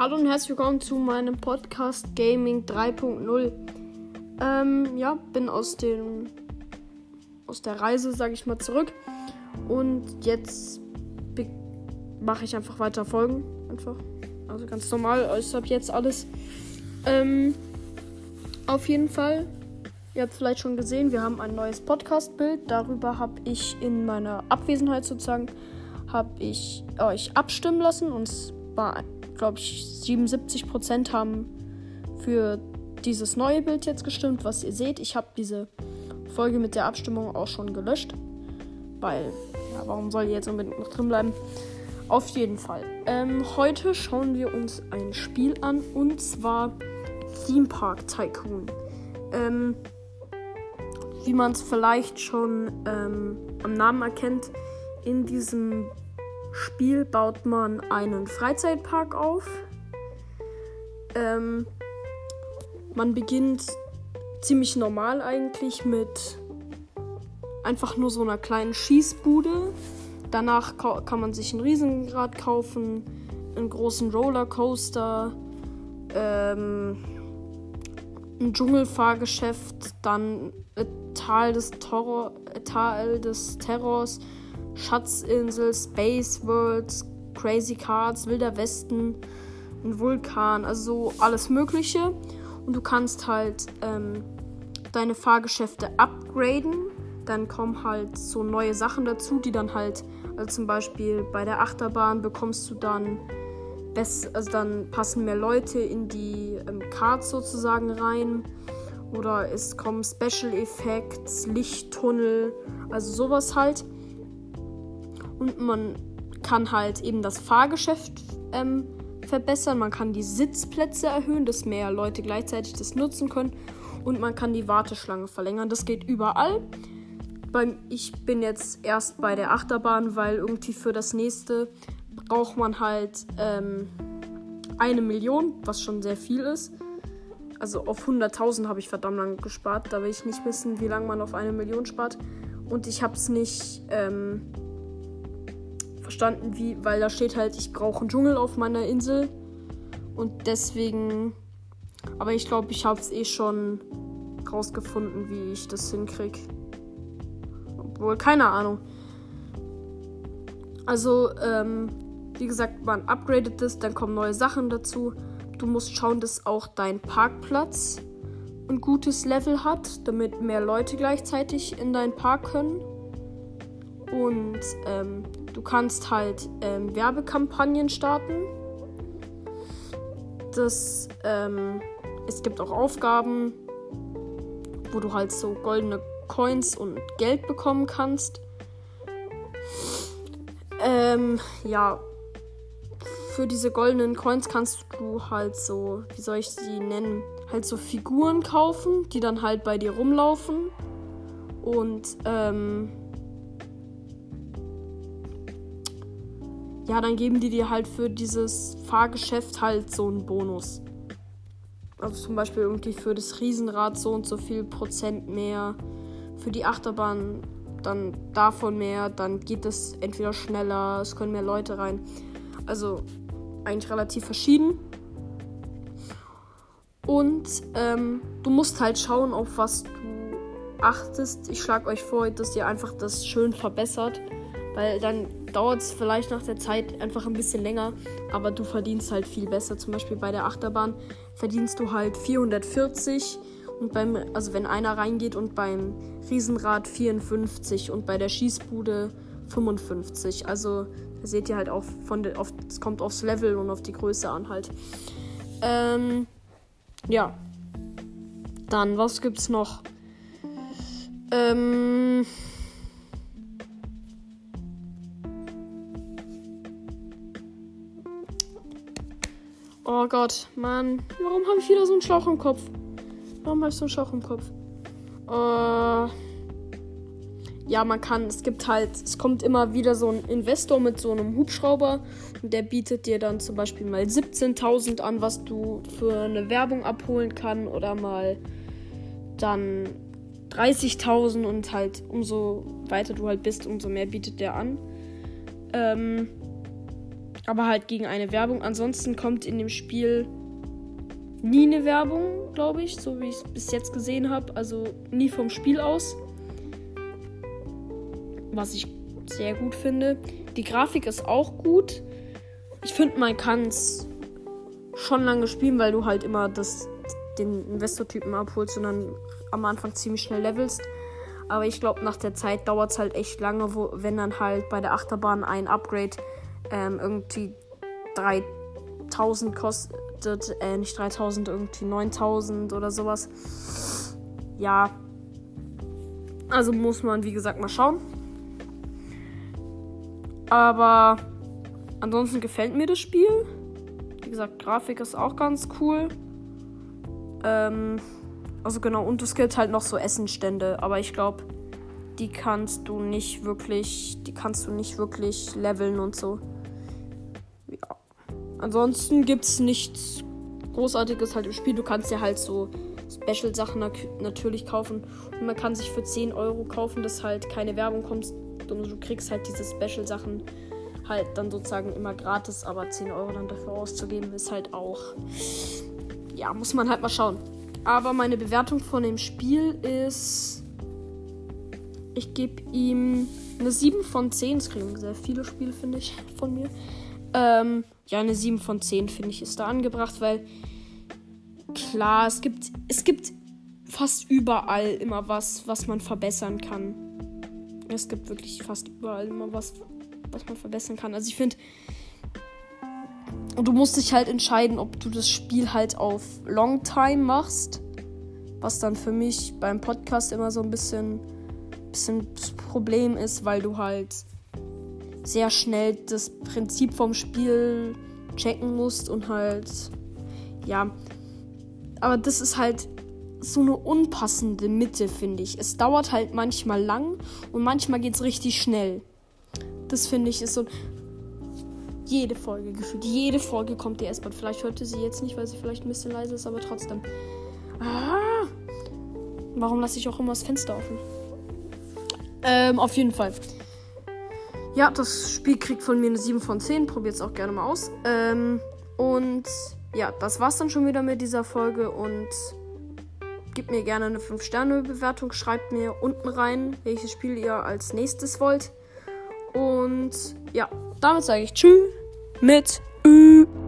Hallo und herzlich willkommen zu meinem Podcast Gaming 3.0. Bin aus der Reise, sage ich mal, zurück. Und jetzt mache ich einfach weiter Folgen. Also ganz normal. Ich habe jetzt alles. Auf jeden Fall. Ihr habt vielleicht schon gesehen, wir haben ein neues Podcast-Bild. Darüber habe ich in meiner Abwesenheit sozusagen euch abstimmen lassen. Und es war, glaube ich, 77% haben für dieses neue Bild jetzt gestimmt, was ihr seht. Ich habe diese Folge mit der Abstimmung auch schon gelöscht. Weil, warum soll die jetzt unbedingt noch drin bleiben? Auf jeden Fall. Heute schauen wir uns ein Spiel an, und zwar Theme Park Tycoon. Wie man es vielleicht schon am Namen erkennt, in diesem Spiel baut man einen Freizeitpark auf. Man beginnt ziemlich normal eigentlich mit einfach nur so einer kleinen Schießbude. Danach kann man sich ein Riesenrad kaufen, einen großen Rollercoaster, ein Dschungelfahrgeschäft, dann Tal des Terrors, Schatzinsel, Space Worlds, Crazy Cards, Wilder Westen, ein Vulkan, also alles Mögliche. Und du kannst halt deine Fahrgeschäfte upgraden. Dann kommen halt so neue Sachen dazu, die dann halt, also zum Beispiel bei der Achterbahn bekommst du dann dann passen mehr Leute in die Cards sozusagen rein. Oder es kommen Special Effects, Lichttunnel, also sowas halt. Und man kann halt eben das Fahrgeschäft verbessern. Man kann die Sitzplätze erhöhen, dass mehr Leute gleichzeitig das nutzen können. Und man kann die Warteschlange verlängern. Das geht überall. Ich bin jetzt erst bei der Achterbahn, weil irgendwie für das nächste braucht man halt 1 Million, was schon sehr viel ist. Also auf 100.000 habe ich verdammt lang gespart. Da will ich nicht wissen, wie lange man auf 1 Million spart. Und ich habe es nicht verstanden, weil da steht halt, ich brauche einen Dschungel auf meiner Insel. Und deswegen, aber ich glaube, ich habe es schon rausgefunden, wie ich das hinkriege. Obwohl, keine Ahnung. Also, wie gesagt, man upgradet das, dann kommen neue Sachen dazu. Du musst schauen, dass auch dein Parkplatz ein gutes Level hat, damit mehr Leute gleichzeitig in deinen Park können. Und du kannst halt Werbekampagnen starten. Es gibt auch Aufgaben, wo du halt so goldene Coins und Geld bekommen kannst. Für diese goldenen Coins kannst du halt so, wie soll ich sie nennen, halt so Figuren kaufen, die dann halt bei dir rumlaufen. Und dann geben die dir halt für dieses Fahrgeschäft halt so einen Bonus. Also zum Beispiel irgendwie für das Riesenrad so und so viel Prozent mehr, für die Achterbahn dann davon mehr, dann geht es entweder schneller, es können mehr Leute rein. Also eigentlich relativ verschieden. Und du musst halt schauen, auf was du achtest. Ich schlage euch vor, dass ihr einfach das schön verbessert, weil dann dauert es vielleicht nach der Zeit einfach ein bisschen länger, aber du verdienst halt viel besser. Zum Beispiel bei der Achterbahn verdienst du halt 440 und wenn einer reingeht, und beim Riesenrad 54 und bei der Schießbude 55. Also da seht ihr halt auch es kommt aufs Level und auf die Größe an halt. Dann, was gibt's noch? Oh Gott, Mann. Warum habe ich wieder so einen Schlauch im Kopf? Es kommt immer wieder so ein Investor mit so einem Hubschrauber und der bietet dir dann zum Beispiel mal 17.000 an, was du für eine Werbung abholen kann, oder mal dann 30.000, und halt umso weiter du halt bist, umso mehr bietet der an. Aber halt gegen eine Werbung. Ansonsten kommt in dem Spiel nie eine Werbung, glaube ich, so wie ich es bis jetzt gesehen habe. Also nie vom Spiel aus. Was ich sehr gut finde. Die Grafik ist auch gut. Ich finde, man kann es schon lange spielen, weil du halt immer den Investor-Typen abholst und dann am Anfang ziemlich schnell levelst. Aber ich glaube, nach der Zeit dauert es halt echt lange, wenn dann halt bei der Achterbahn ein Upgrade irgendwie 3000 kostet, nicht 3000, irgendwie 9000 oder sowas. Ja, also muss man, wie gesagt, mal schauen. Aber ansonsten gefällt mir das Spiel. Wie gesagt, Grafik ist auch ganz cool. Also genau, und es gibt halt noch so Essenstände, aber ich glaube, die kannst du nicht wirklich leveln und so. Ja. Ansonsten gibt es nichts Großartiges halt im Spiel. Du kannst ja halt so Special-Sachen natürlich kaufen. Und man kann sich für 10 Euro kaufen, dass halt keine Werbung kommt. Und du kriegst halt diese Special-Sachen halt dann sozusagen immer gratis. Aber 10 Euro dann dafür auszugeben, ist halt auch... Ja, muss man halt mal schauen. Aber meine Bewertung von dem Spiel ist... Ich gebe ihm eine 7 von 10. Das kriegen sehr viele Spiele, finde ich, von mir. Ja, eine 7 von 10, finde ich, ist da angebracht, weil klar, es gibt fast überall immer was man verbessern kann. Es gibt wirklich fast überall immer was man verbessern kann. Also ich finde, du musst dich halt entscheiden, ob du das Spiel halt auf Long Time machst, was dann für mich beim Podcast immer so ein bisschen das Problem ist, weil du halt sehr schnell das Prinzip vom Spiel checken musst und halt, ja, aber das ist halt so eine unpassende Mitte, finde ich. Es dauert halt manchmal lang und manchmal geht's richtig schnell. Das finde ich ist so jede Folge kommt die S-Bahn. Vielleicht hört ihr sie jetzt nicht, weil sie vielleicht ein bisschen leise ist, aber trotzdem. Warum lasse ich auch immer das Fenster offen? Auf jeden Fall. Ja, das Spiel kriegt von mir eine 7 von 10. Probiert es auch gerne mal aus. Und ja, das war's dann schon wieder mit dieser Folge. Und gebt mir gerne eine 5-Sterne-Bewertung. Schreibt mir unten rein, welches Spiel ihr als nächstes wollt. Und ja, damit sage ich Tschüss mit Ü.